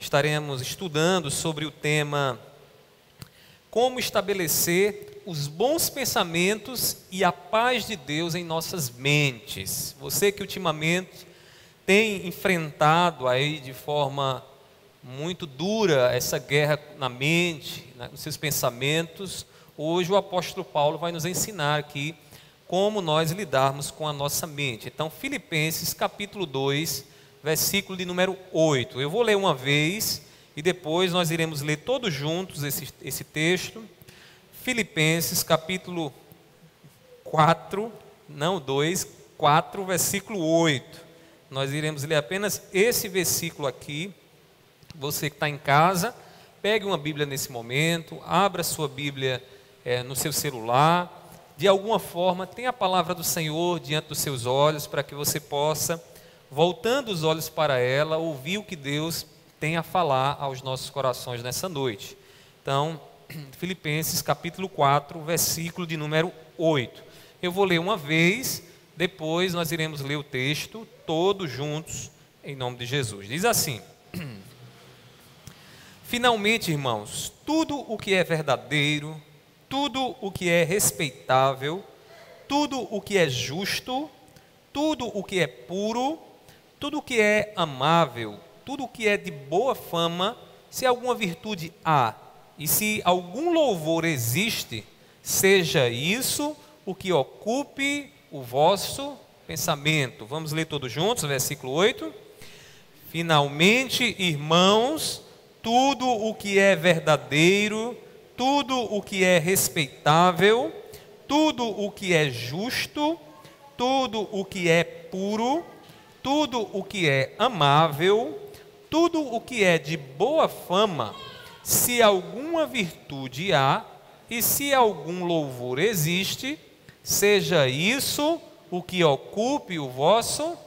estaremos estudando sobre o tema como estabelecer os bons pensamentos e a paz de Deus em nossas mentes. Você que ultimamente tem enfrentado aí de forma muito dura essa guerra na mente, nos seus pensamentos, hoje o apóstolo Paulo vai nos ensinar aqui como nós lidarmos com a nossa mente. Então, Filipenses capítulo 2, versículo de número 8. Eu vou ler uma vez e depois nós iremos ler todos juntos esse texto. Filipenses capítulo 4, não 2, 4, versículo 8. Nós iremos ler apenas esse versículo aqui. Você que está em casa, pegue uma Bíblia nesse momento, abra sua Bíblia no seu celular. De alguma forma, tenha a palavra do Senhor diante dos seus olhos, para que você possa, voltando os olhos para ela, ouvir o que Deus tem a falar aos nossos corações nessa noite. Então, Filipenses capítulo 4, versículo de número 8. Eu vou ler uma vez, depois nós iremos ler o texto, todos juntos, em nome de Jesus. Diz assim: Finalmente, irmãos, tudo o que é verdadeiro, tudo o que é respeitável, tudo o que é justo, tudo o que é puro, tudo o que é amável, tudo o que é de boa fama, se alguma virtude há e se algum louvor existe, seja isso o que ocupe o vosso pensamento. Vamos ler todos juntos, versículo 8. Finalmente, irmãos, tudo o que é verdadeiro, tudo o que é respeitável, tudo o que é justo, tudo o que é puro, tudo o que é amável, tudo o que é de boa fama, se alguma virtude há e se algum louvor existe, seja isso o que ocupe o vosso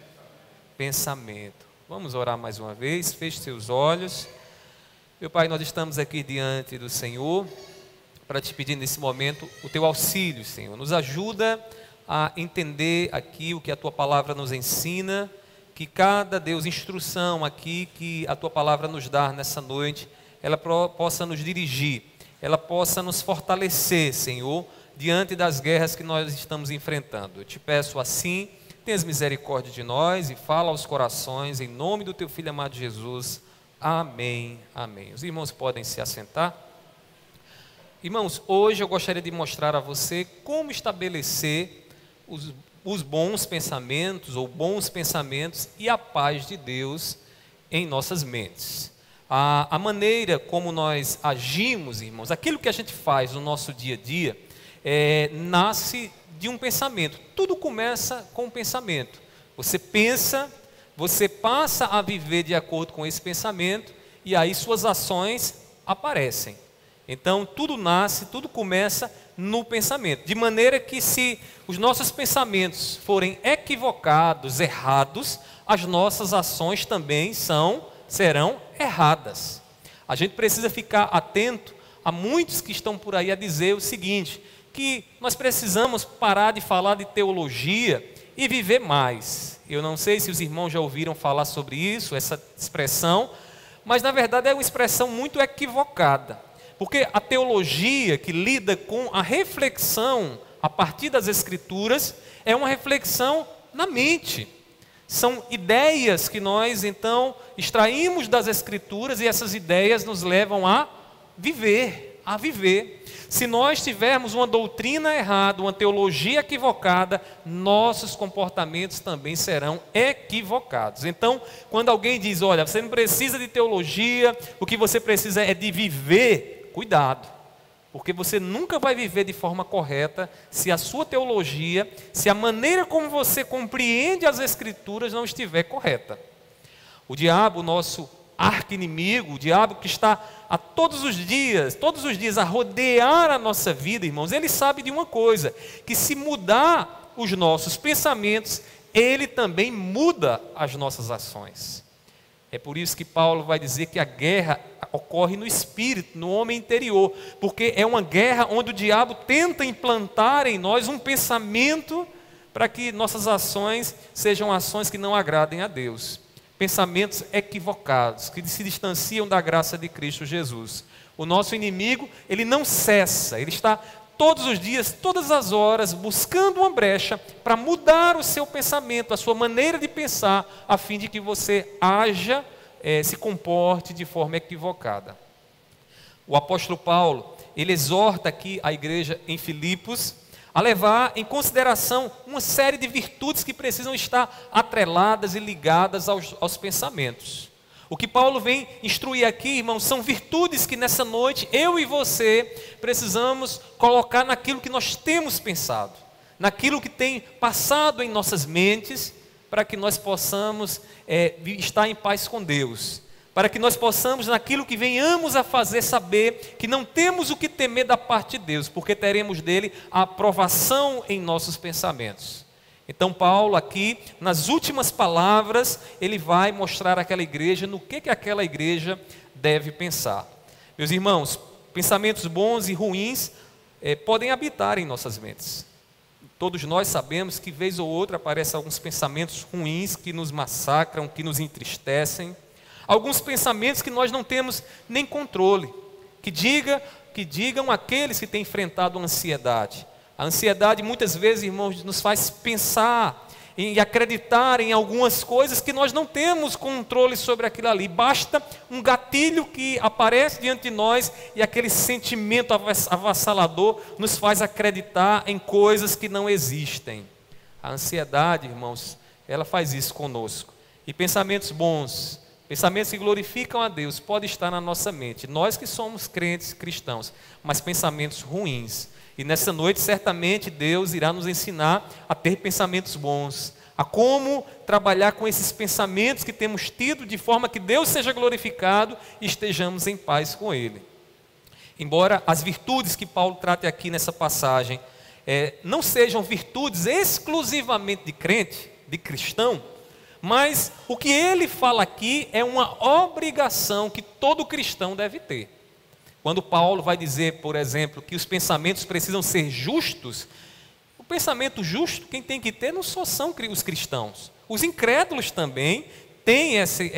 pensamento. Vamos orar mais uma vez, feche seus olhos. Meu Pai, nós estamos aqui diante do Senhor para te pedir nesse momento o teu auxílio, Senhor. Nos ajuda a entender aqui o que a tua palavra nos ensina, que cada, Deus, instrução aqui que a tua palavra nos dá nessa noite, ela possa nos dirigir, ela possa nos fortalecer, Senhor, diante das guerras que nós estamos enfrentando. Eu te peço assim, tenhas misericórdia de nós e fala aos corações, em nome do teu Filho amado Jesus. Amém, amém. Os irmãos podem se assentar. Irmãos, hoje eu gostaria de mostrar a você como estabelecer os bons pensamentos ou bons pensamentos e a paz de Deus em nossas mentes. A maneira como nós agimos, irmãos, aquilo que a gente faz no nosso dia a dia, nasce de um pensamento. Tudo começa com um pensamento. Você pensa, você passa a viver de acordo com esse pensamento e aí suas ações aparecem. Então tudo nasce, tudo começa no pensamento. De maneira que se os nossos pensamentos forem equivocados, errados, as nossas ações também serão erradas. A gente precisa ficar atento a muitos que estão por aí a dizer o seguinte, que nós precisamos parar de falar de teologia e viver mais. Eu não sei se os irmãos já ouviram falar sobre isso, essa expressão, mas na verdade é uma expressão muito equivocada, porque a teologia que lida com a reflexão a partir das Escrituras é uma reflexão na mente. São ideias que nós então extraímos das Escrituras e essas ideias nos levam a viver, a viver. Se nós tivermos uma doutrina errada, uma teologia equivocada, nossos comportamentos também serão equivocados. Então, quando alguém diz, olha, você não precisa de teologia, o que você precisa é de viver, cuidado, porque você nunca vai viver de forma correta se a sua teologia, se a maneira como você compreende as Escrituras não estiver correta. O diabo, nosso arqui-inimigo, o diabo que está a todos os dias a rodear a nossa vida, irmãos, ele sabe de uma coisa, que se mudar os nossos pensamentos, ele também muda as nossas ações. É por isso que Paulo vai dizer que a guerra ocorre no espírito, no homem interior, porque é uma guerra onde o diabo tenta implantar em nós um pensamento para que nossas ações sejam ações que não agradem a Deus. pensamentos equivocados, que se distanciam da graça de Cristo Jesus. O nosso inimigo, ele não cessa, ele está todos os dias, todas as horas, buscando uma brecha para mudar o seu pensamento, a sua maneira de pensar, a fim de que você haja, se comporte de forma equivocada. O apóstolo Paulo, ele exorta aqui a igreja em Filipos a levar em consideração uma série de virtudes que precisam estar atreladas e ligadas aos pensamentos. O que Paulo vem instruir aqui, irmãos, são virtudes que nessa noite eu e você precisamos colocar naquilo que nós temos pensado, naquilo que tem passado em nossas mentes, para que nós possamos estar em paz com Deus, para que nós possamos, naquilo que venhamos a fazer, saber que não temos o que temer da parte de Deus, porque teremos dele a aprovação em nossos pensamentos. Então Paulo aqui, nas últimas palavras, ele vai mostrar àquela igreja no que aquela igreja deve pensar. Meus irmãos, pensamentos bons e ruins podem habitar em nossas mentes. Todos nós sabemos que vez ou outra aparecem alguns pensamentos ruins que nos massacram, que nos entristecem. Alguns pensamentos que nós não temos nem controle. Que digam aqueles que têm enfrentado a ansiedade. A ansiedade muitas vezes, irmãos, nos faz pensar e acreditar em algumas coisas que nós não temos controle sobre aquilo ali. Basta um gatilho que aparece diante de nós e aquele sentimento avassalador nos faz acreditar em coisas que não existem. A ansiedade, irmãos, ela faz isso conosco. E pensamentos bons, pensamentos que glorificam a Deus, podem estar na nossa mente. Nós que somos crentes cristãos, mas pensamentos ruins. E nessa noite, certamente, Deus irá nos ensinar a ter pensamentos bons, a como trabalhar com esses pensamentos que temos tido, de forma que Deus seja glorificado e estejamos em paz com Ele. Embora as virtudes que Paulo trata aqui nessa passagem não sejam virtudes exclusivamente de crente, de cristão, mas o que ele fala aqui é uma obrigação que todo cristão deve ter. Quando Paulo vai dizer, por exemplo, que os pensamentos precisam ser justos, o pensamento justo quem tem que ter não só são os cristãos. Os incrédulos também têm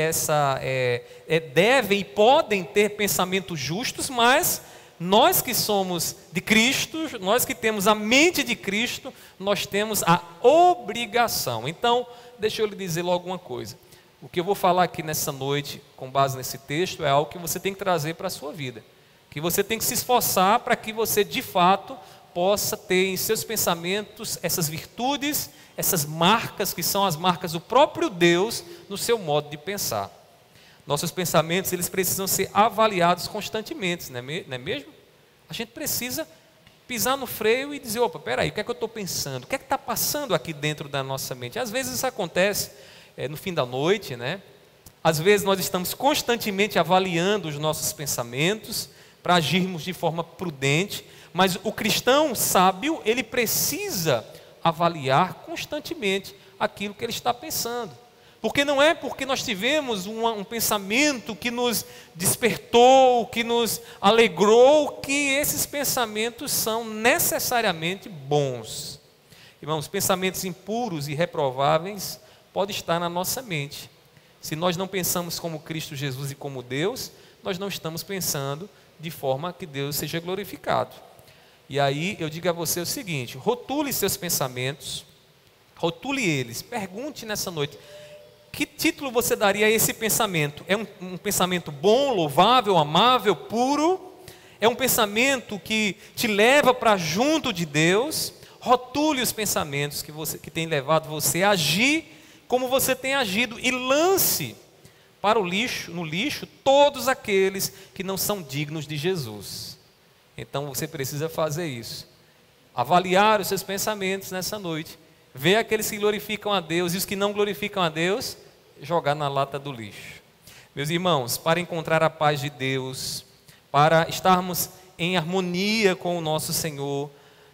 devem e podem ter pensamentos justos, mas nós que somos de Cristo, nós que temos a mente de Cristo, nós temos a obrigação. Então, deixa eu lhe dizer logo uma coisa. O que eu vou falar aqui nessa noite, com base nesse texto, é algo que você tem que trazer para a sua vida. Que você tem que se esforçar para que você, de fato, possa ter em seus pensamentos essas virtudes, essas marcas, que são as marcas do próprio Deus, no seu modo de pensar. Nossos pensamentos, eles precisam ser avaliados constantemente, não é mesmo? A gente precisa pisar no freio e dizer, opa, peraí, o que é que eu estou pensando? O que é que está passando aqui dentro da nossa mente? Às vezes isso acontece no fim da noite, né? Às vezes nós estamos constantemente avaliando os nossos pensamentos para agirmos de forma prudente, mas o cristão sábio, ele precisa avaliar constantemente aquilo que ele está pensando. Porque não é porque nós tivemos um pensamento que nos despertou, que nos alegrou, que esses pensamentos são necessariamente bons. Irmãos, pensamentos impuros e reprováveis podem estar na nossa mente. Se nós não pensamos como Cristo Jesus e como Deus, nós não estamos pensando de forma que Deus seja glorificado. E aí eu digo a você o seguinte: rotule seus pensamentos, rotule eles, pergunte nessa noite, que título você daria a esse pensamento? É um pensamento bom, louvável, amável, puro? É um pensamento que te leva para junto de Deus? Rotule os pensamentos que tem levado você a agir como você tem agido e lance para no lixo todos aqueles que não são dignos de Jesus. Então você precisa fazer isso. Avaliar os seus pensamentos nessa noite. Ver aqueles que glorificam a Deus e os que não glorificam a Deus, jogar na lata do lixo. Meus irmãos, para encontrar a paz de Deus, para estarmos em harmonia com o nosso Senhor,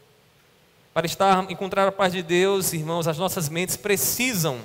para encontrar a paz de Deus, irmãos, as nossas mentes precisam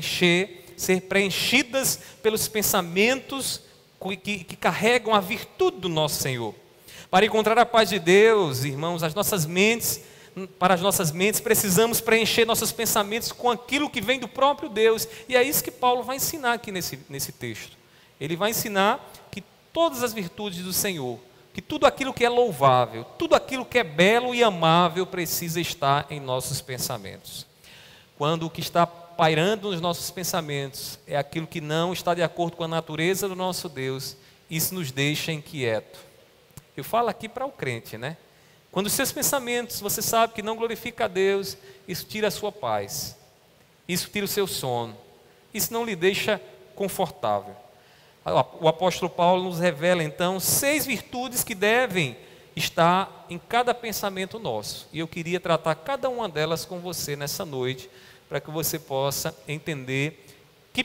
ser preenchidas pelos pensamentos que carregam a virtude do nosso Senhor. Para encontrar a paz de Deus, irmãos, as nossas mentes para as nossas mentes, precisamos preencher nossos pensamentos com aquilo que vem do próprio Deus. E é isso que Paulo vai ensinar aqui nesse texto. Ele vai ensinar que todas as virtudes do Senhor, que tudo aquilo que é louvável, tudo aquilo que é belo e amável precisa estar em nossos pensamentos. Quando o que está pairando nos nossos pensamentos é aquilo que não está de acordo com a natureza do nosso Deus, isso nos deixa inquieto. Eu falo aqui para o crente, né? Quando os seus pensamentos, você sabe que não glorifica a Deus, isso tira a sua paz, isso tira o seu sono, isso não lhe deixa confortável. O apóstolo Paulo nos revela então 6 virtudes que devem estar em cada pensamento nosso. E eu queria tratar cada uma delas com você nessa noite, para que você possa entender que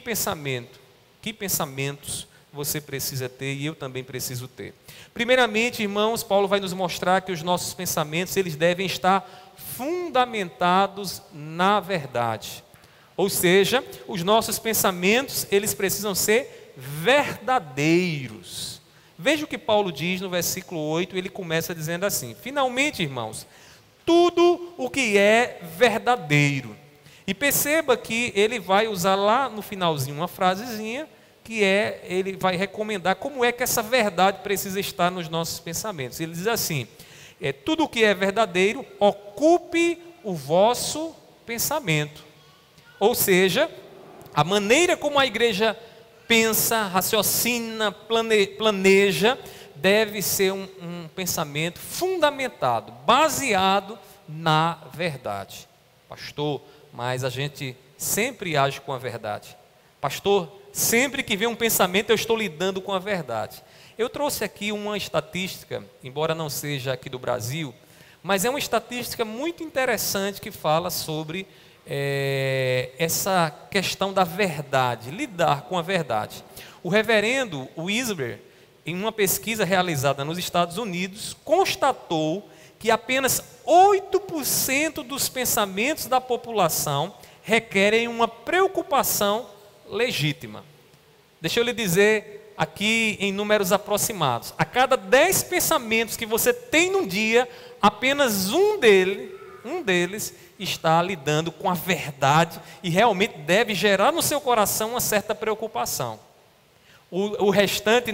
pensamentos você precisa ter e eu também preciso ter. Primeiramente, irmãos, Paulo vai nos mostrar que os nossos pensamentos, eles devem estar fundamentados na verdade. Ou seja, os nossos pensamentos, eles precisam ser verdadeiros. Veja o que Paulo diz no versículo 8, ele começa dizendo assim: finalmente, irmãos, tudo o que é verdadeiro. E perceba que ele vai usar lá no finalzinho uma frasezinha, que ele vai recomendar como é que essa verdade precisa estar nos nossos pensamentos. Ele diz assim: tudo o que é verdadeiro, ocupe o vosso pensamento. Ou seja, a maneira como a igreja pensa, raciocina, planeja, deve ser um pensamento fundamentado, baseado na verdade. Pastor, mas a gente sempre age com a verdade. Pastor, sempre que vem um pensamento eu estou lidando com a verdade. Eu trouxe aqui uma estatística, embora não seja aqui do Brasil, mas é uma estatística muito interessante que fala sobre essa questão da verdade, lidar com a verdade. O reverendo Wisber, em uma pesquisa realizada nos Estados Unidos, constatou que apenas 8% dos pensamentos da população requerem uma preocupação legítima. Deixa eu lhe dizer aqui em números aproximados: a cada 10 pensamentos que você tem num dia, apenas um deles está lidando com a verdade e realmente deve gerar no seu coração uma certa preocupação. O restante,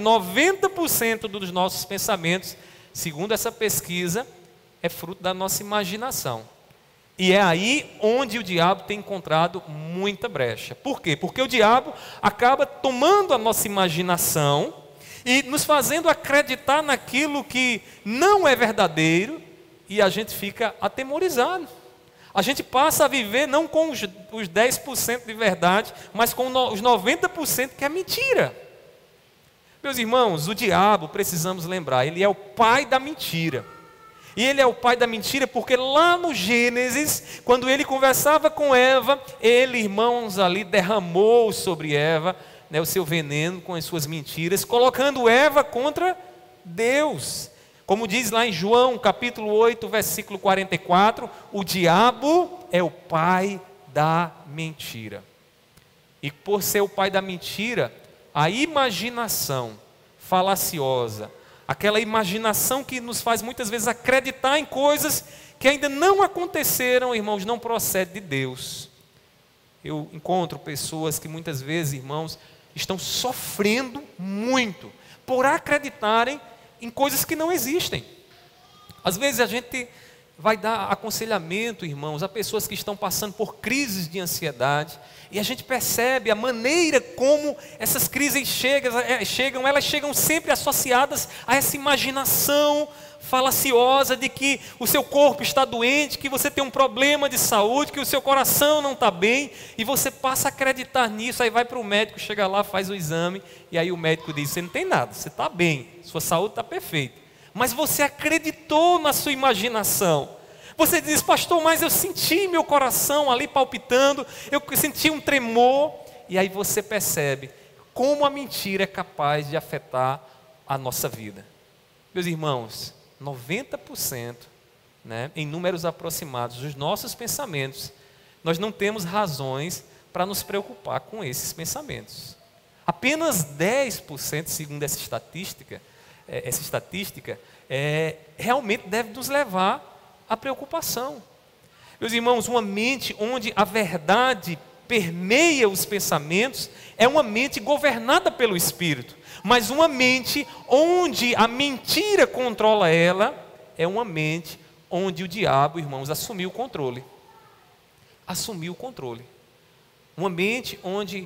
90% dos nossos pensamentos, segundo essa pesquisa, é fruto da nossa imaginação. E é aí onde o diabo tem encontrado muita brecha. Por quê? Porque o diabo acaba tomando a nossa imaginação e nos fazendo acreditar naquilo que não é verdadeiro, e a gente fica atemorizado. A gente passa a viver não com os 10% de verdade, mas com os 90% que é mentira. Meus irmãos, o diabo, precisamos lembrar, ele é o pai da mentira. E ele é o pai da mentira porque lá no Gênesis, quando ele conversava com Eva, ele, irmãos, ali derramou sobre Eva, né, o seu veneno com as suas mentiras, colocando Eva contra Deus. Como diz lá em João, capítulo 8, versículo 44, o diabo é o pai da mentira. E por ser o pai da mentira, a imaginação falaciosa, aquela imaginação que nos faz muitas vezes acreditar em coisas que ainda não aconteceram, irmãos, não procede de Deus. Eu encontro pessoas que muitas vezes, irmãos, estão sofrendo muito por acreditarem em coisas que não existem. Às vezes a gente vai dar aconselhamento, irmãos, a pessoas que estão passando por crises de ansiedade, e a gente percebe a maneira como essas crises chegam, elas chegam sempre associadas a essa imaginação falaciosa de que o seu corpo está doente, que você tem um problema de saúde, que o seu coração não está bem, e você passa a acreditar nisso. Aí vai para o médico, chega lá, faz o exame, e aí o médico diz: você não tem nada, você está bem, sua saúde está perfeita. Mas você acreditou na sua imaginação. Você diz: pastor, mas eu senti meu coração ali palpitando, eu senti um tremor. E aí você percebe como a mentira é capaz de afetar a nossa vida. Meus irmãos, 90%, né, em números aproximados dos nossos pensamentos, nós não temos razões para nos preocupar com esses pensamentos. Apenas 10%, segundo essa estatística, realmente deve nos levar a preocupação. Meus irmãos, uma mente onde a verdade permeia os pensamentos é uma mente governada pelo Espírito. Mas uma mente onde a mentira controla ela é uma mente onde o diabo, irmãos, assumiu o controle. Assumiu o controle. Uma mente onde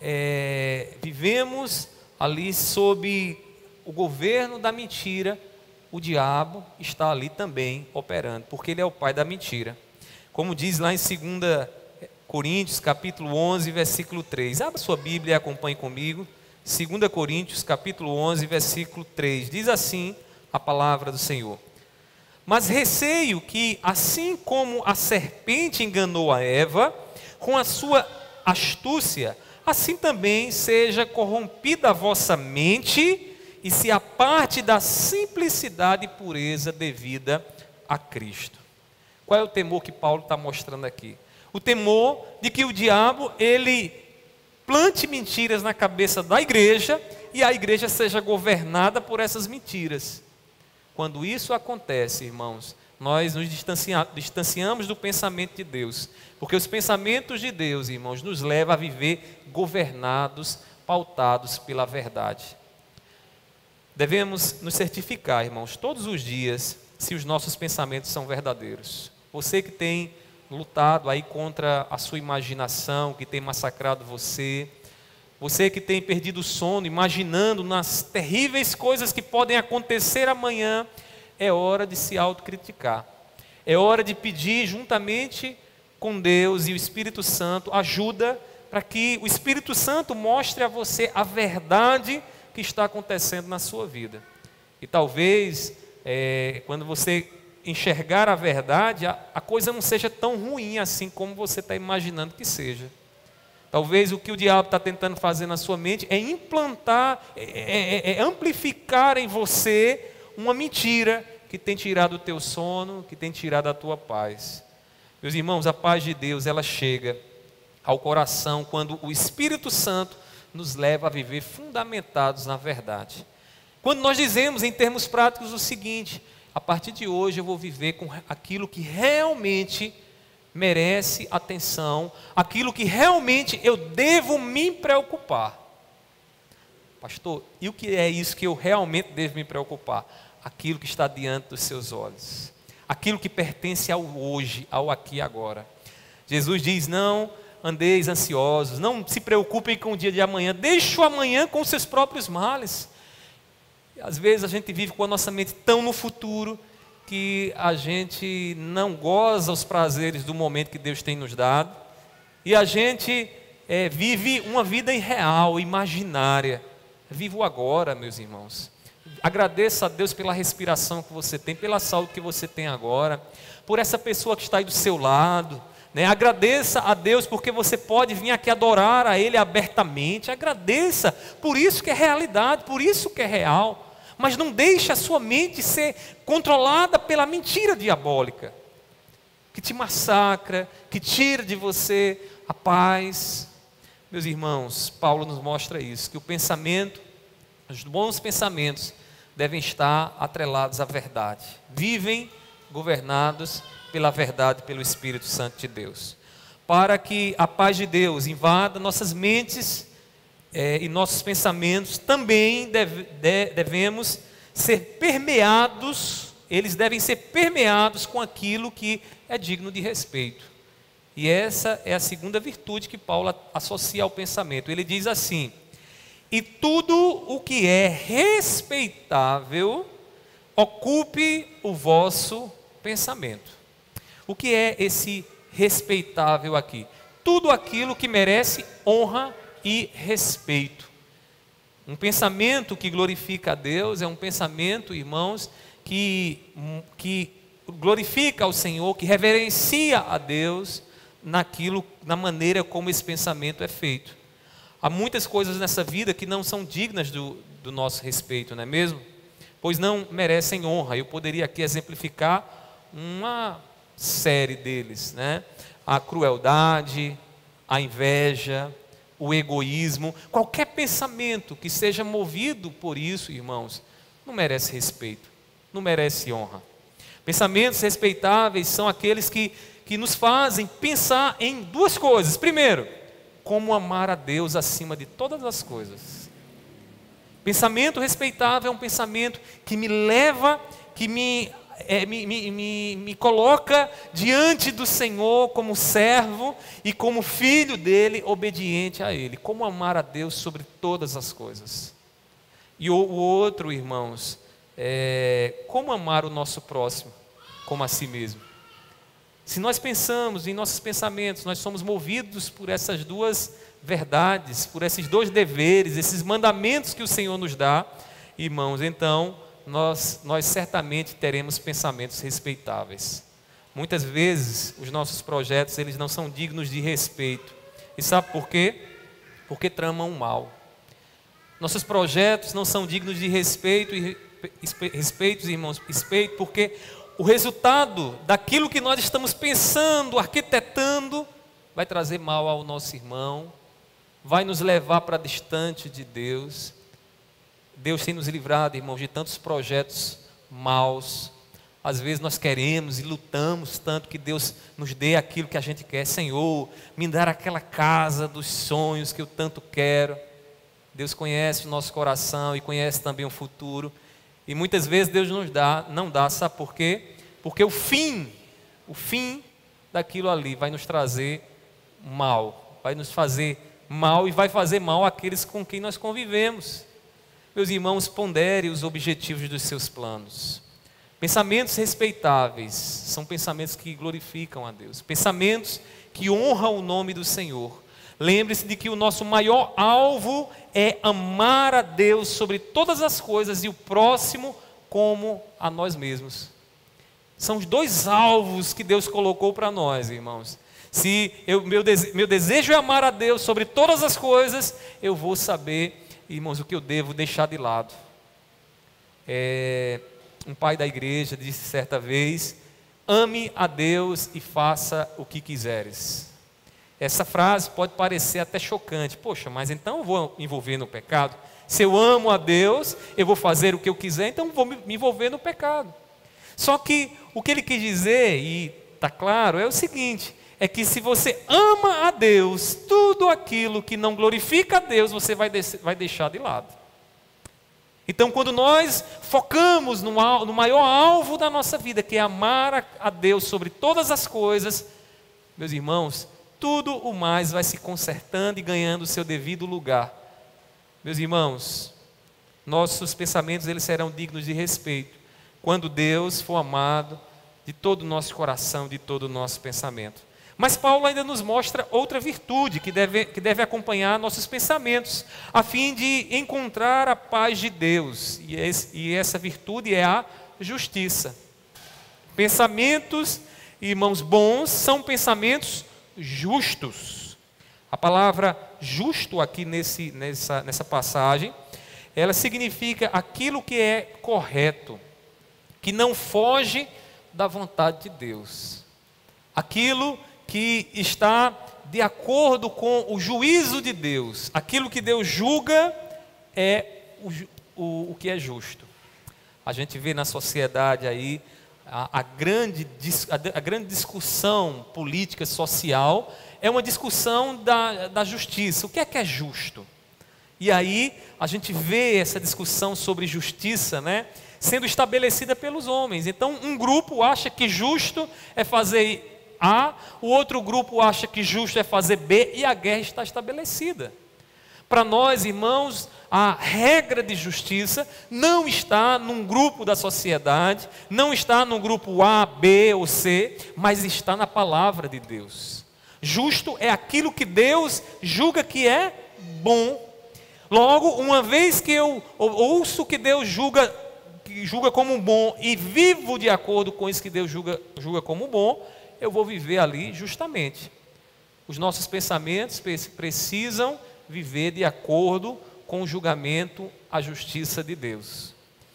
vivemos ali sob o governo da mentira, o diabo está ali também operando, porque ele é o pai da mentira. Como diz lá em 2 Coríntios, capítulo 11, versículo 3. Abra sua Bíblia e acompanhe comigo. 2 Coríntios, capítulo 11, versículo 3. Diz assim a palavra do Senhor: mas receio que, assim como a serpente enganou a Eva, com a sua astúcia, assim também seja corrompida a vossa mente e se aparte da simplicidade e pureza devida a Cristo. Qual é o temor que Paulo está mostrando aqui? O temor de que o diabo, ele plante mentiras na cabeça da igreja e a igreja seja governada por essas mentiras. Quando isso acontece, irmãos, nós nos distanciamos do pensamento de Deus, porque os pensamentos de Deus, irmãos, nos levam a viver governados, pautados pela verdade. Devemos nos certificar, irmãos, todos os dias, se os nossos pensamentos são verdadeiros. Você que tem lutado aí contra a sua imaginação, que tem massacrado você que tem perdido o sono, imaginando nas terríveis coisas que podem acontecer amanhã, é hora de se autocriticar. É hora de pedir juntamente com Deus e o Espírito Santo ajuda para que o Espírito Santo mostre a você a verdade que está acontecendo na sua vida. E talvez, quando você enxergar a verdade, a coisa não seja tão ruim assim como você está imaginando que seja. Talvez o que o diabo está tentando fazer na sua mente é implantar, amplificar em você uma mentira que tem tirado o teu sono, que tem tirado a tua paz. Meus irmãos, a paz de Deus, ela chega ao coração quando o Espírito Santo nos leva a viver fundamentados na verdade. Quando nós dizemos em termos práticos o seguinte: a partir de hoje eu vou viver com aquilo que realmente merece atenção, aquilo que realmente eu devo me preocupar. Pastor, e o que é isso que eu realmente devo me preocupar? Aquilo que está diante dos seus olhos, aquilo que pertence ao hoje, ao aqui e agora. Jesus diz: não andeis ansiosos, não se preocupem com o dia de amanhã, deixe o amanhã com seus próprios males. Às vezes a gente vive com a nossa mente tão no futuro, que a gente não goza os prazeres do momento que Deus tem nos dado, e a gente vive uma vida irreal, imaginária. Viva o agora, meus irmãos. Agradeça a Deus pela respiração que você tem, pela saúde que você tem agora, por essa pessoa que está aí do seu lado, né? Agradeça a Deus porque você pode vir aqui adorar a Ele abertamente. Agradeça, por isso que é realidade, por isso que é real. Mas não deixe a sua mente ser controlada pela mentira diabólica, que te massacra, que tira de você a paz. Meus irmãos, Paulo nos mostra isso, que o pensamento, os bons pensamentos devem estar atrelados à verdade. Vivem governados pela verdade, pelo Espírito Santo de Deus. Para que a paz de Deus invada nossas mentes, e nossos pensamentos, também devemos ser permeados, eles devem ser permeados com aquilo que é digno de respeito. E essa é a segunda virtude que Paulo associa ao pensamento. Ele diz assim: e tudo o que é respeitável, ocupe o vosso pensamento. O que é esse respeitável aqui? Tudo aquilo que merece honra e respeito. Um pensamento que glorifica a Deus é um pensamento, irmãos, que glorifica ao Senhor, que reverencia a Deus na maneira como esse pensamento é feito. Há muitas coisas nessa vida que não são dignas do nosso respeito, não é mesmo? Pois não merecem honra. Eu poderia aqui exemplificar uma série deles, né? A crueldade, a inveja, o egoísmo, qualquer pensamento que seja movido por isso, irmãos, não merece respeito, não merece honra. Pensamentos respeitáveis são aqueles que nos fazem pensar em duas coisas. Primeiro, como amar a Deus acima de todas as coisas. Pensamento respeitável é um pensamento que me leva, que me coloca diante do Senhor como servo e como filho dele, obediente a Ele. Como amar a Deus sobre todas as coisas. E o outro, irmãos, é como amar o nosso próximo como a si mesmo. Se nós pensamos em nossos pensamentos, nós somos movidos por essas duas verdades, por esses dois deveres, esses mandamentos que o Senhor nos dá, irmãos, então nós certamente teremos pensamentos respeitáveis. Muitas vezes os nossos projetos eles não são dignos de respeito. E sabe por quê? Porque tramam o mal. Nossos projetos não são dignos de respeito, irmãos, respeito, porque o resultado daquilo que nós estamos pensando, arquitetando, vai trazer mal ao nosso irmão, vai nos levar para distante de Deus. Deus tem nos livrado, irmãos, de tantos projetos maus. Às vezes nós queremos e lutamos tanto que Deus nos dê aquilo que a gente quer. Senhor, me dar aquela casa dos sonhos que eu tanto quero. Deus conhece o nosso coração e conhece também o futuro. E muitas vezes Deus nos dá, não dá, sabe por quê? Porque o fim daquilo ali vai nos trazer mal, vai nos fazer mal e vai fazer mal àqueles com quem nós convivemos. Meus irmãos, pondere os objetivos dos seus planos. Pensamentos respeitáveis são pensamentos que glorificam a Deus, pensamentos que honram o nome do Senhor. Lembre-se de que o nosso maior alvo é amar a Deus sobre todas as coisas e o próximo como a nós mesmos. São os dois alvos que Deus colocou para nós, irmãos. Se meu desejo é amar a Deus sobre todas as coisas, eu vou saber, irmãos, o que eu devo deixar de lado. Um pai da igreja disse certa vez: ame a Deus e faça o que quiseres. Essa frase pode parecer até chocante. Poxa, mas então eu vou me envolver no pecado? Se eu amo a Deus, eu vou fazer o que eu quiser, então eu vou me envolver no pecado. Só que o que ele quis dizer, e está claro, é o seguinte: é que se você ama a Deus, tudo aquilo que não glorifica a Deus, você vai deixar de lado. Então, quando nós focamos no maior alvo da nossa vida, que é amar a Deus sobre todas as coisas, meus irmãos, tudo o mais vai se consertando e ganhando o seu devido lugar. Meus irmãos, nossos pensamentos eles serão dignos de respeito quando Deus for amado de todo o nosso coração, de todo o nosso pensamento. Mas Paulo ainda nos mostra outra virtude que deve acompanhar nossos pensamentos, a fim de encontrar a paz de Deus. E essa virtude é a justiça. Pensamentos, irmãos, bons são pensamentos justos. A palavra justo aqui nessa passagem, ela significa aquilo que é correto, que não foge da vontade de Deus. Aquilo que está de acordo com o juízo de Deus. Aquilo que Deus julga é o que é justo. A gente vê na sociedade aí a grande discussão política, social, é uma discussão da justiça. O que é justo? E aí a gente vê essa discussão sobre justiça, né, sendo estabelecida pelos homens. Então um grupo acha que justo é fazer A, o outro grupo acha que justo é fazer B, e a guerra está estabelecida. Para nós, irmãos, a regra de justiça não está num grupo da sociedade, não está no grupo A, B ou C, mas está na palavra de Deus. Justo é aquilo que Deus julga que é bom. Logo, uma vez que eu ouço que Deus julga como bom e vivo de acordo com isso que Deus julga como bom, eu vou viver ali justamente. Os nossos pensamentos precisam viver de acordo com o julgamento, a justiça de Deus.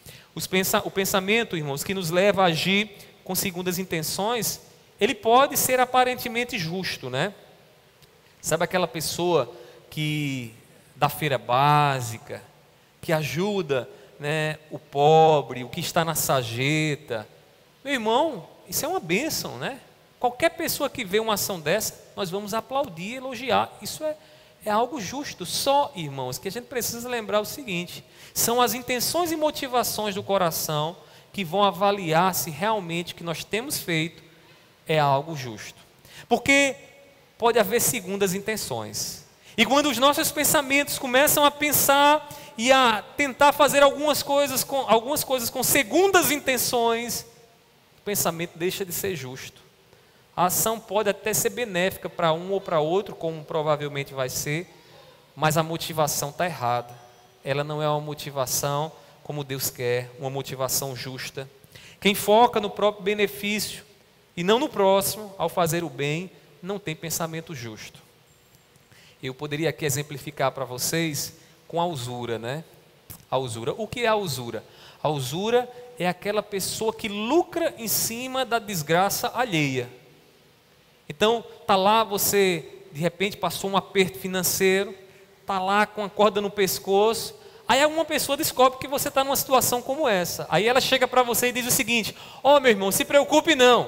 O pensamento, irmãos, que nos leva a agir com segundas intenções, ele pode ser aparentemente justo, né? Sabe aquela pessoa que da feira básica, que ajuda, né, o pobre, o que está na sarjeta, Meu irmão, isso é uma bênção, né? Qualquer pessoa que vê uma ação dessa, nós vamos aplaudir, elogiar. Isso é algo justo. Só, irmãos, que a gente precisa lembrar o seguinte: são as intenções e motivações do coração que vão avaliar se realmente o que nós temos feito é algo justo. Porque pode haver segundas intenções. E quando os nossos pensamentos começam a pensar e a tentar fazer algumas coisas com segundas intenções, o pensamento deixa de ser justo. A ação pode até ser benéfica para um ou para outro, como provavelmente vai ser, mas a motivação está errada. Ela não é uma motivação como Deus quer, uma motivação justa. Quem foca no próprio benefício e não no próximo, ao fazer o bem, não tem pensamento justo. Eu poderia aqui exemplificar para vocês com a usura, né? A usura. O que é a usura? A usura é aquela pessoa que lucra em cima da desgraça alheia. Então, está lá, você de repente passou um aperto financeiro, está lá com a corda no pescoço, aí alguma pessoa descobre que você está numa situação como essa. Aí ela chega para você e diz o seguinte: ó, meu irmão, se preocupe não,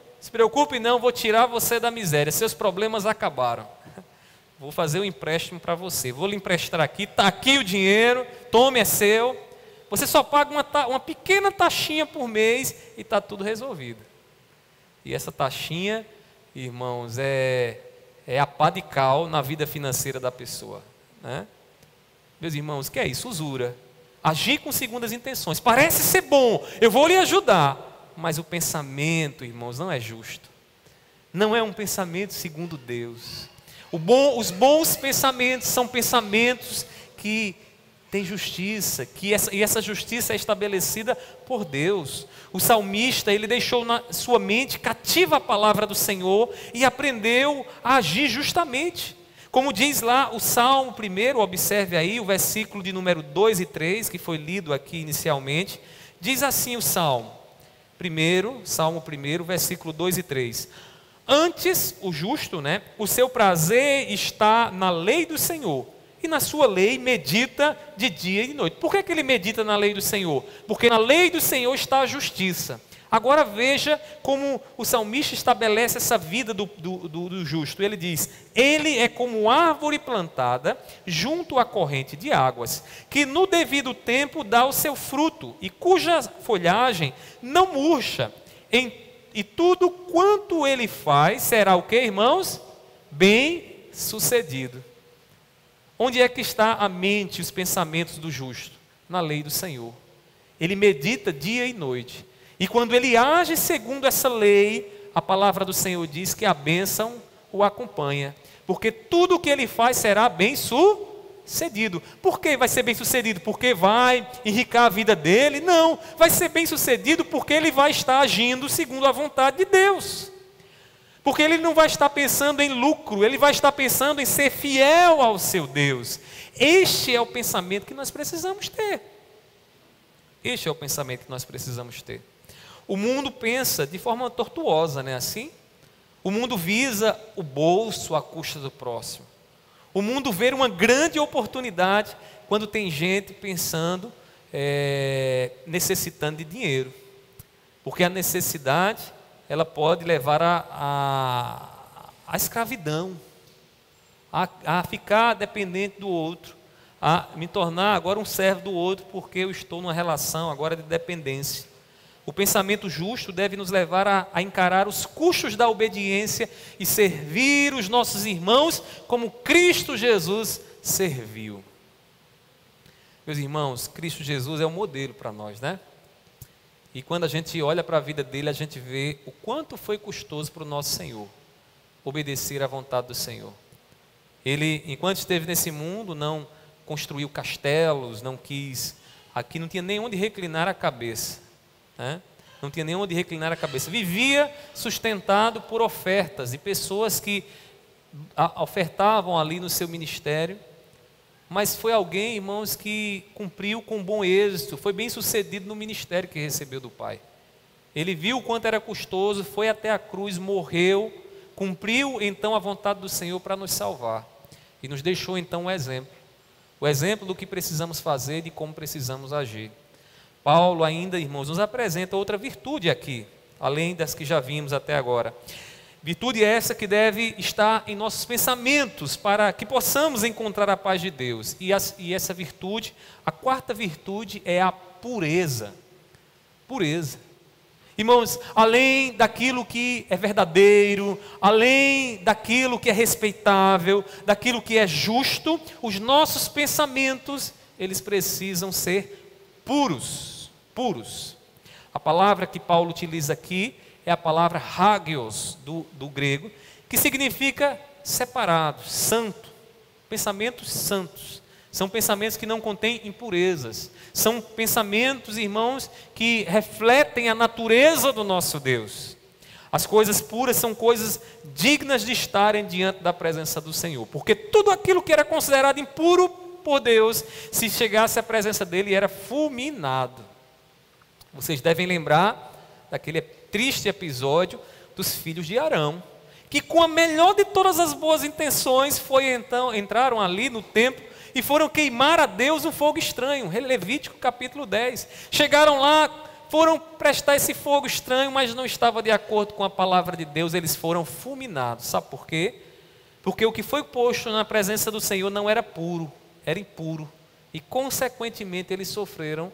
vou tirar você da miséria, seus problemas acabaram. Vou fazer um empréstimo para você, vou lhe emprestar aqui, está aqui o dinheiro, tome, é seu. Você só paga uma pequena taxinha por mês e está tudo resolvido. E essa taxinha, irmãos, é a pá de cal na vida financeira da pessoa, né? Meus irmãos, o que é isso? Usura. Agir com segundas intenções. Parece ser bom, eu vou lhe ajudar, mas o pensamento, irmãos, não é justo. Não é um pensamento segundo Deus. Os bons pensamentos são pensamentos que têm justiça, e essa justiça é estabelecida por Deus. O salmista, ele deixou na sua mente cativa a palavra do Senhor e aprendeu a agir justamente. Como diz lá o Salmo 1, observe aí o versículo de número 2 e 3, que foi lido aqui inicialmente. Diz assim o Salmo 1, versículo 2 e 3. Antes, o justo, né, o seu prazer está na lei do Senhor, e na sua lei medita de dia e de noite. Por que ele medita na lei do Senhor? Porque na lei do Senhor está a justiça. Agora veja como o salmista estabelece essa vida do justo. Ele diz: ele é como árvore plantada junto à corrente de águas, que no devido tempo dá o seu fruto, e cuja folhagem não murcha. E tudo quanto ele faz será o que, irmãos? Bem sucedido. Onde é que está a mente e os pensamentos do justo? Na lei do Senhor. Ele medita dia e noite. E quando ele age segundo essa lei, a palavra do Senhor diz que a bênção o acompanha. Porque tudo o que ele faz será bem sucedido. Por que vai ser bem sucedido? Porque vai enriquecer a vida dele? Não, vai ser bem sucedido porque ele vai estar agindo segundo a vontade de Deus. Porque ele não vai estar pensando em lucro, ele vai estar pensando em ser fiel ao seu Deus. Este é o pensamento que nós precisamos ter. Este é o pensamento que nós precisamos ter. O mundo pensa de forma tortuosa, não é assim? O mundo visa o bolso à custa do próximo. O mundo vê uma grande oportunidade quando tem gente pensando, necessitando de dinheiro. Porque a necessidade, ela pode levar à escravidão, a ficar dependente do outro, a me tornar agora um servo do outro, porque eu estou numa relação agora de dependência. O pensamento justo deve nos levar a encarar os custos da obediência e servir os nossos irmãos como Cristo Jesus serviu. Meus irmãos, Cristo Jesus é um modelo para nós, né? E quando a gente olha para a vida dele, a gente vê o quanto foi custoso para o nosso Senhor obedecer à vontade do Senhor. Ele, enquanto esteve nesse mundo, não construiu castelos, não quis, aqui não tinha nem onde reclinar a cabeça. Não tinha nem onde reclinar a cabeça. Vivia sustentado por ofertas e pessoas que ofertavam ali no seu ministério. Mas foi alguém, irmãos, que cumpriu com bom êxito, foi bem sucedido no ministério que recebeu do Pai. Ele viu o quanto era custoso, foi até a cruz, morreu, cumpriu então a vontade do Senhor para nos salvar. E nos deixou então um exemplo. O exemplo do que precisamos fazer e de como precisamos agir. Paulo ainda, irmãos, nos apresenta outra virtude aqui. além das que já vimos até agora. Virtude essa que deve estar em nossos pensamentos, para que possamos encontrar a paz de Deus. E essa virtude, a quarta virtude, é a pureza. Pureza. Irmãos, além daquilo que é verdadeiro, além daquilo que é respeitável, daquilo que é justo, os nossos pensamentos, eles precisam ser puros. Puros. A palavra que Paulo utiliza aqui é a palavra hagios, do grego, que significa separado, santo. Pensamentos santos. São pensamentos que não contêm impurezas. São pensamentos, irmãos, que refletem a natureza do nosso Deus. As coisas puras são coisas dignas de estarem diante da presença do Senhor. Porque tudo aquilo que era considerado impuro por Deus, se chegasse à presença dele, era fulminado. Vocês devem lembrar daquele triste episódio dos filhos de Arão, que com a melhor de todas as boas intenções, entraram ali no templo e foram queimar a Deus um fogo estranho. Levítico capítulo 10. Chegaram lá, foram prestar esse fogo estranho, mas não estava de acordo com a palavra de Deus, eles foram fulminados. Sabe por quê? Porque o que foi posto na presença do Senhor não era puro, era impuro. E consequentemente eles sofreram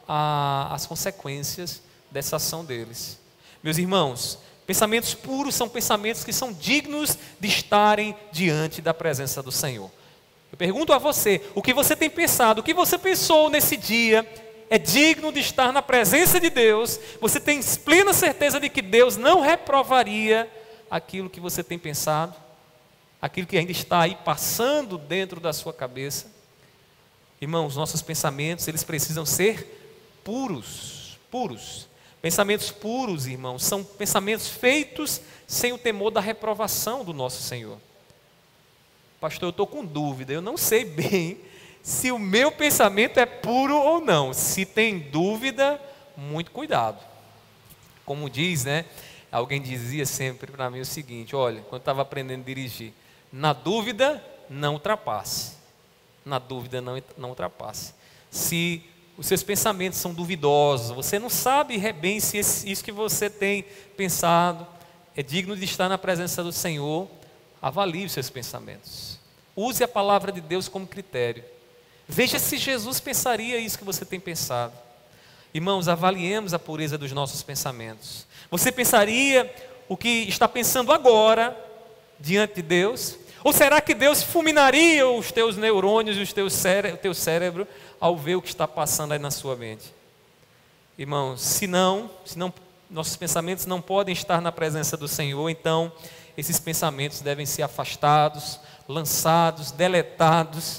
as consequências dessa ação deles. Meus irmãos, pensamentos puros são pensamentos que são dignos de estarem diante da presença do Senhor. Eu pergunto a você, o que você tem pensado, o que você pensou nesse dia, é digno de estar na presença de Deus? Você tem plena certeza de que Deus não reprovaria aquilo que você tem pensado? Aquilo que ainda está aí passando dentro da sua cabeça? Irmãos, nossos pensamentos, eles precisam ser puros, puros. Pensamentos puros, irmãos, são pensamentos feitos sem o temor da reprovação do nosso Senhor. Pastor, eu estou com dúvida, eu não sei bem se o meu pensamento é puro ou não. Se tem dúvida, muito cuidado. Como diz, né? Alguém dizia sempre para mim o seguinte: olha, quando eu estava aprendendo a dirigir, na dúvida, não ultrapasse. Na dúvida, não ultrapasse. Se os seus pensamentos são duvidosos, você não sabe bem se isso que você tem pensado é digno de estar na presença do Senhor, avalie os seus pensamentos. Use a palavra de Deus como critério. Veja se Jesus pensaria isso que você tem pensado. Irmãos, avaliemos a pureza dos nossos pensamentos. Você pensaria o que está pensando agora diante de Deus? Ou será que Deus fulminaria os teus neurônios e o teu cérebro ao ver o que está passando aí na sua mente? Irmãos, se não, nossos pensamentos não podem estar na presença do Senhor, então esses pensamentos devem ser afastados, lançados, deletados,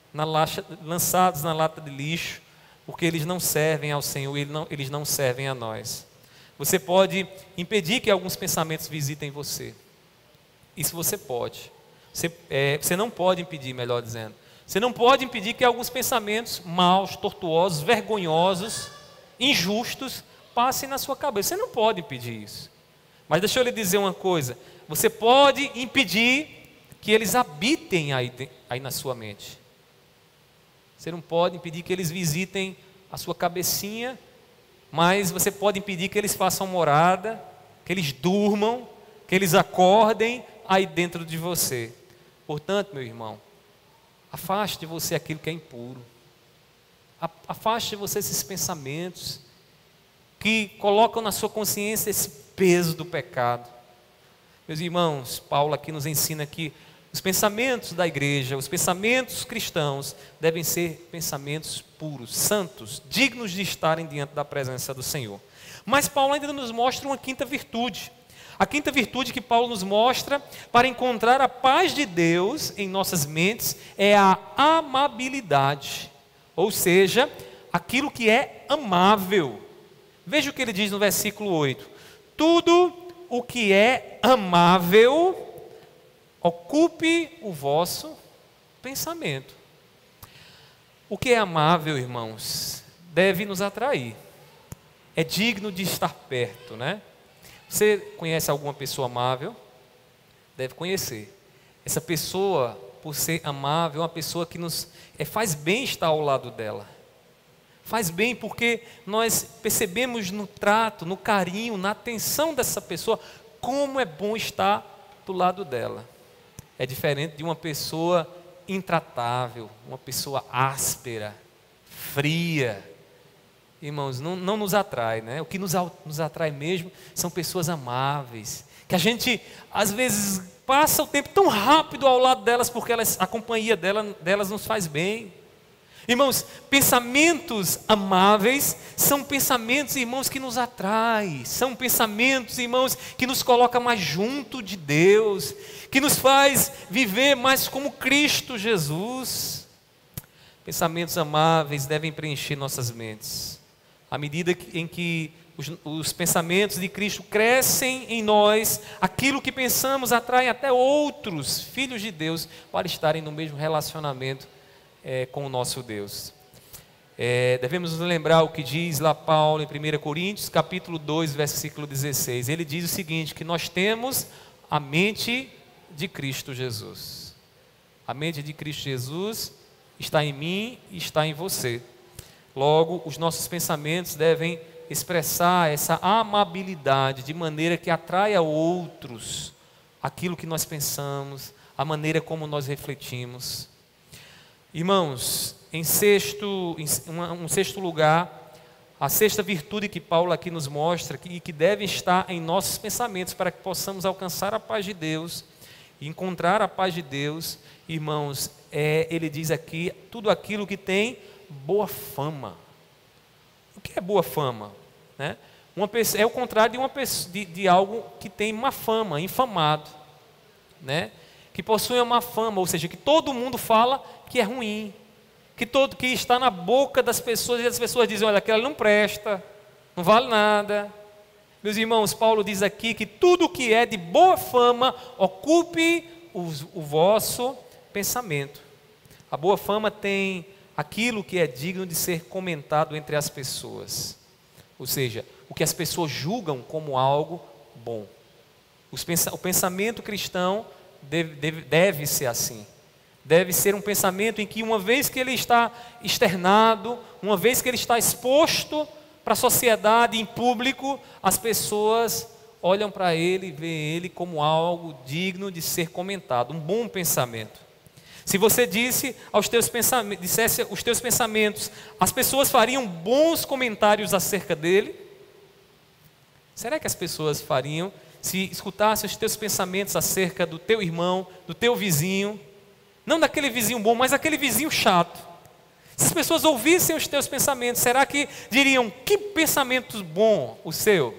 lançados na lata de lixo, porque eles não servem ao Senhor, eles não servem a nós. Você pode impedir que alguns pensamentos visitem você. Isso você pode. Você não pode impedir, melhor dizendo. Você não pode impedir que alguns pensamentos maus, tortuosos, vergonhosos, injustos, passem na sua cabeça. Você não pode impedir isso. Mas deixa eu lhe dizer uma coisa. Você pode impedir que eles habitem aí na sua mente. Você não pode impedir que eles visitem a sua cabecinha, mas você pode impedir que eles façam morada, que eles durmam, que eles acordem aí dentro de você. Portanto, meu irmão, afaste de você aquilo que é impuro. Afaste de você esses pensamentos que colocam na sua consciência esse peso do pecado. Meus irmãos, Paulo aqui nos ensina que os pensamentos da igreja, os pensamentos cristãos devem ser pensamentos puros, santos, dignos de estarem diante da presença do Senhor. Mas Paulo ainda nos mostra uma quinta virtude. A quinta virtude que Paulo nos mostra para encontrar a paz de Deus em nossas mentes é a amabilidade, ou seja, aquilo que é amável. Veja o que ele diz no versículo 8: tudo o que é amável, ocupe o vosso pensamento. O que é amável, irmãos, deve nos atrair, é digno de estar perto, né? Você conhece alguma pessoa amável? Deve conhecer. Essa pessoa, por ser amável, é uma pessoa que nos faz bem estar ao lado dela. Faz bem porque nós percebemos no trato, no carinho, na atenção dessa pessoa, como é bom estar do lado dela. É diferente de uma pessoa intratável, uma pessoa áspera, fria. Irmãos, não nos atrai, né? O que nos atrai mesmo são pessoas amáveis, que a gente às vezes passa o tempo tão rápido ao lado delas, porque a companhia delas nos faz bem. Irmãos, pensamentos amáveis são pensamentos, irmãos, que nos atraem, são pensamentos, irmãos, que nos colocam mais junto de Deus, que nos faz viver mais como Cristo Jesus. Pensamentos amáveis devem preencher nossas mentes. À medida em que os pensamentos de Cristo crescem em nós, aquilo que pensamos atrai até outros filhos de Deus para estarem no mesmo relacionamento com o nosso Deus. Devemos nos lembrar o que diz lá Paulo em 1 Coríntios, capítulo 2, versículo 16. Ele diz o seguinte, que nós temos a mente de Cristo Jesus. A mente de Cristo Jesus está em mim e está em você. Logo, os nossos pensamentos devem expressar essa amabilidade, de maneira que atraia outros aquilo que nós pensamos, a maneira como nós refletimos. Irmãos, um sexto lugar, a sexta virtude que Paulo aqui nos mostra e que deve estar em nossos pensamentos para que possamos alcançar a paz de Deus, encontrar a paz de Deus, irmãos, ele diz aqui, tudo aquilo que tem boa fama. O que é boa fama? Né? É o contrário de, de algo que tem má fama, infamado, né? Que possui uma má fama, ou seja, que todo mundo fala que é ruim, que está na boca das pessoas, e as pessoas dizem, olha, aquela não presta, não vale nada. Meus irmãos, Paulo diz aqui que tudo que é de boa fama, ocupe o vosso pensamento. A boa fama tem aquilo que é digno de ser comentado entre as pessoas, ou seja, o que as pessoas julgam como algo bom. O pensamento cristão deve ser assim. Deve ser um pensamento em que, uma vez que ele está externado, uma vez que ele está exposto para a sociedade, em público, as pessoas olham para ele e veem ele como algo digno de ser comentado, um bom pensamento. Se você dissesse os teus pensamentos, as pessoas fariam bons comentários acerca dele? Será que as pessoas fariam, se escutassem os teus pensamentos acerca do teu irmão, do teu vizinho, não daquele vizinho bom, mas daquele vizinho chato? Se as pessoas ouvissem os teus pensamentos, será que diriam, que pensamento bom o seu?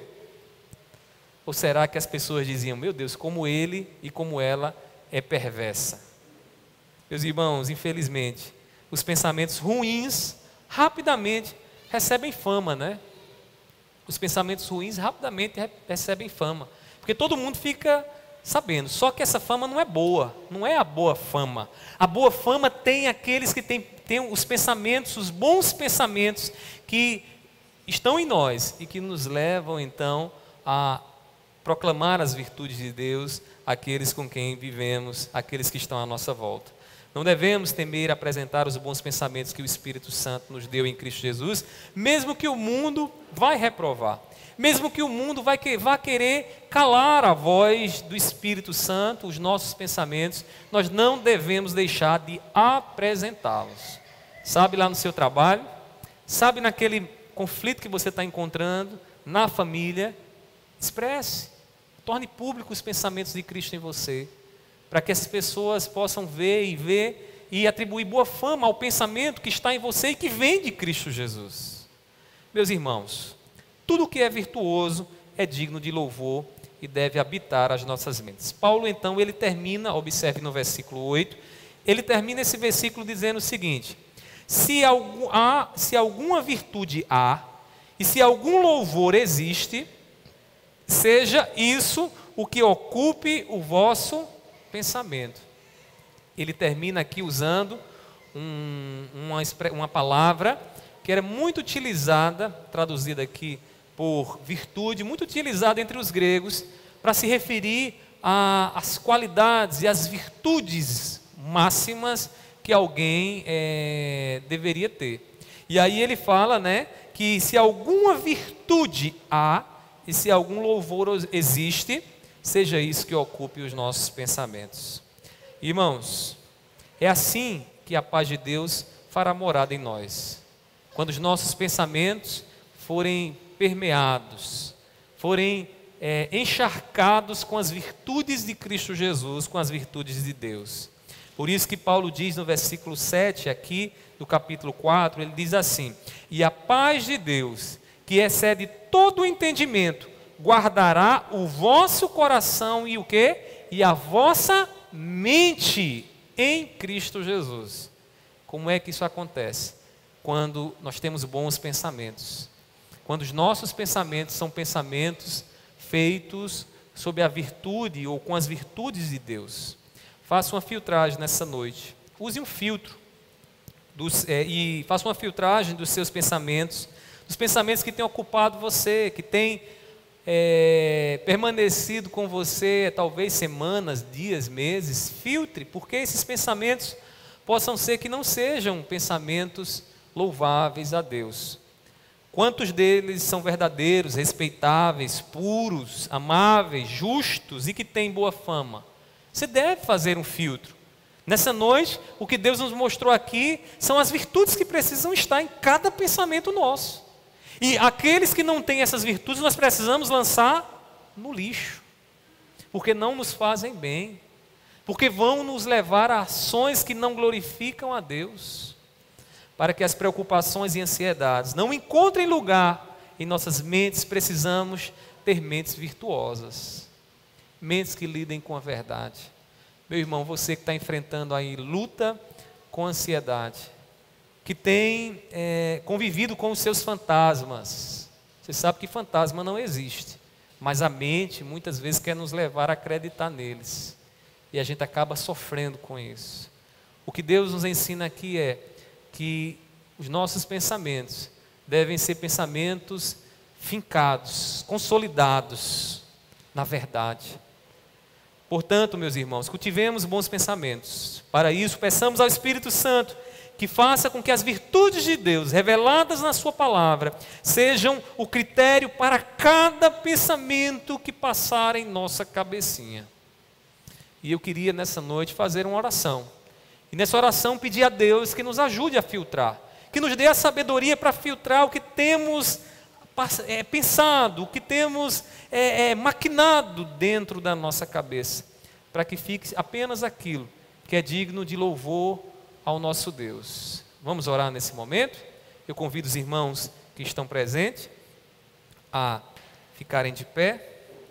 Ou será que as pessoas diziam, meu Deus, como ele e como ela é perversa? Meus irmãos, infelizmente, os pensamentos ruins rapidamente recebem fama, né? Os pensamentos ruins rapidamente recebem fama, porque todo mundo fica sabendo. Só que essa fama não é boa, não é a boa fama. A boa fama tem aqueles que têm os pensamentos, os bons pensamentos que estão em nós e que nos levam então a proclamar as virtudes de Deus àqueles com quem vivemos, àqueles que estão à nossa volta. Não devemos temer apresentar os bons pensamentos que o Espírito Santo nos deu em Cristo Jesus, mesmo que o mundo vai reprovar, mesmo que o mundo vá querer calar a voz do Espírito Santo, os nossos pensamentos, nós não devemos deixar de apresentá-los. Sabe, lá no seu trabalho, sabe, naquele conflito que você está encontrando, na família, expresse, torne público os pensamentos de Cristo em você, para que as pessoas possam ver e atribuir boa fama ao pensamento que está em você e que vem de Cristo Jesus. Meus irmãos, tudo que é virtuoso é digno de louvor e deve habitar as nossas mentes. Paulo então, ele termina, observe no versículo 8, ele termina esse versículo dizendo o seguinte: se alguma virtude há, e se algum louvor existe, seja isso o que ocupe o vosso pensamento. Ele termina aqui usando uma palavra que era muito utilizada, traduzida aqui por virtude, muito utilizada entre os gregos, para se referir às qualidades e às virtudes máximas que alguém deveria ter. E aí ele fala, né, que se alguma virtude há e se algum louvor existe, seja isso que ocupe os nossos pensamentos. Irmãos, é assim que a paz de Deus fará morada em nós. Quando os nossos pensamentos forem permeados, forem encharcados com as virtudes de Cristo Jesus, com as virtudes de Deus. Por isso que Paulo diz no versículo 7 aqui do capítulo 4, ele diz assim: e a paz de Deus, que excede todo o entendimento, guardará o vosso coração e o quê? E a vossa mente em Cristo Jesus. Como é que isso acontece? Quando nós temos bons pensamentos. Quando os nossos pensamentos são pensamentos feitos sob a virtude ou com as virtudes de Deus. Faça uma filtragem nessa noite. Use um filtro e faça uma filtragem dos seus pensamentos, dos pensamentos que têm ocupado você, que têm permanecido com você talvez semanas, dias, meses. Filtre, porque esses pensamentos possam ser que não sejam pensamentos louváveis a Deus. Quantos deles são verdadeiros, respeitáveis, puros, amáveis, justos e que têm boa fama? Você deve fazer um filtro. Nessa noite, o que Deus nos mostrou aqui são as virtudes que precisam estar em cada pensamento nosso. E aqueles que não têm essas virtudes, nós precisamos lançar no lixo, porque não nos fazem bem, porque vão nos levar a ações que não glorificam a Deus, para que as preocupações e ansiedades não encontrem lugar em nossas mentes. Precisamos ter mentes virtuosas, mentes que lidem com a verdade. Meu irmão, você que está enfrentando aí luta com ansiedade, que tem convivido com os seus fantasmas. Você sabe que fantasma não existe, mas a mente muitas vezes quer nos levar a acreditar neles, e a gente acaba sofrendo com isso. O que Deus nos ensina aqui é que os nossos pensamentos devem ser pensamentos fincados, consolidados na verdade. Portanto, meus irmãos, cultivemos bons pensamentos. Para isso, peçamos ao Espírito Santo que faça com que as virtudes de Deus, reveladas na sua palavra, sejam o critério para cada pensamento que passar em nossa cabecinha. E eu queria nessa noite fazer uma oração. E nessa oração pedir a Deus que nos ajude a filtrar, que nos dê a sabedoria para filtrar o que temos pensado, o que temos maquinado dentro da nossa cabeça, para que fique apenas aquilo que é digno de louvor ao nosso Deus. Vamos orar nesse momento? Eu convido os irmãos que estão presentes a ficarem de pé.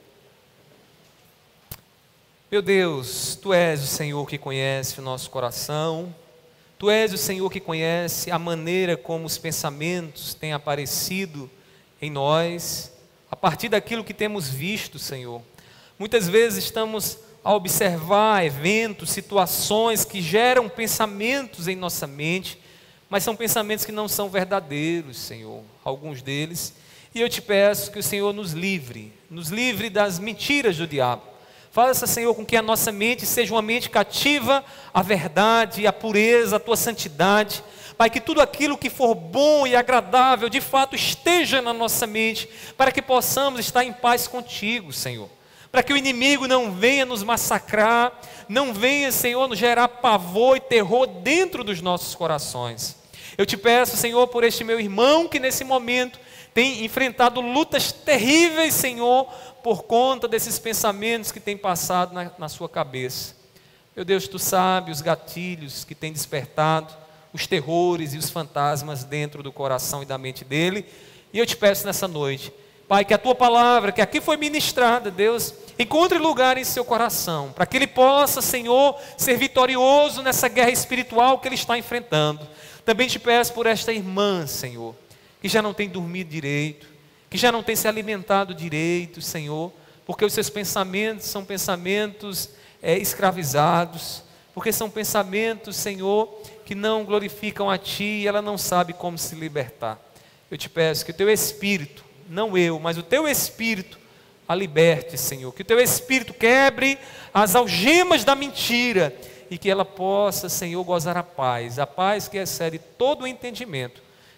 Meu Deus, Tu és o Senhor que conhece o nosso coração, Tu és o Senhor que conhece a maneira como os pensamentos têm aparecido em nós, a partir daquilo que temos visto, Senhor. Muitas vezes estamos a observar eventos, situações que geram pensamentos em nossa mente, mas são pensamentos que não são verdadeiros, Senhor, alguns deles. E eu te peço que o Senhor nos livre das mentiras do diabo. Faça, Senhor, com que a nossa mente seja uma mente cativa à verdade, à pureza, à Tua santidade. Pai, que tudo aquilo que for bom e agradável, de fato, esteja na nossa mente, para que possamos estar em paz contigo, Senhor. Para que o inimigo não venha nos massacrar, não venha, Senhor, nos gerar pavor e terror dentro dos nossos corações. Eu te peço, Senhor, por este meu irmão que nesse momento tem enfrentado lutas terríveis, Senhor, por conta desses pensamentos que tem passado na sua cabeça. Meu Deus, Tu sabe os gatilhos que tem despertado, os terrores e os fantasmas dentro do coração e da mente dele. E eu te peço nessa noite, Pai, que a Tua palavra, que aqui foi ministrada, Deus, encontre lugar em seu coração, para que ele possa, Senhor, ser vitorioso nessa guerra espiritual que ele está enfrentando. Também te peço por esta irmã, Senhor, que já não tem dormido direito, que já não tem se alimentado direito, Senhor, porque os seus pensamentos são pensamentos escravizados, porque são pensamentos, Senhor, que não glorificam a Ti e ela não sabe como se libertar. Eu te peço que o Teu Espírito, não eu, mas o Teu Espírito, a liberte, Senhor, que o Teu Espírito quebre as algemas da mentira e que ela possa, Senhor, gozar a paz que excede todo o entendimento,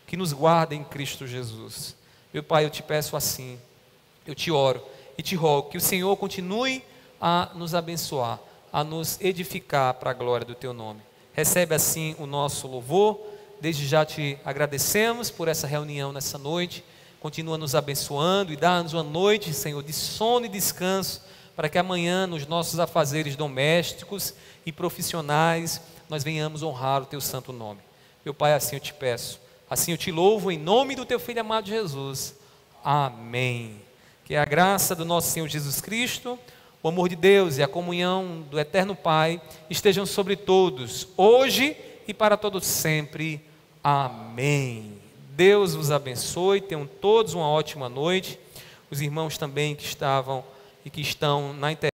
que nos guarda em Cristo Jesus. Meu Pai, eu te peço assim, eu te oro e te rogo que o Senhor continue a nos abençoar, a nos edificar para a glória do teu nome. Recebe assim o nosso louvor. Desde já te agradecemos por essa reunião nessa noite. Continua nos abençoando e dá-nos uma noite, Senhor, de sono e descanso, para que amanhã, nos nossos afazeres domésticos e profissionais, nós venhamos honrar o teu santo nome. Meu Pai, assim eu te peço, assim eu te louvo, em nome do teu Filho amado Jesus. Amém. Que a graça do nosso Senhor Jesus Cristo, o amor de Deus e a comunhão do eterno Pai estejam sobre todos, hoje e para todos sempre. Amém. Deus os abençoe, tenham todos uma ótima noite. Os irmãos também que estavam e que estão na internet.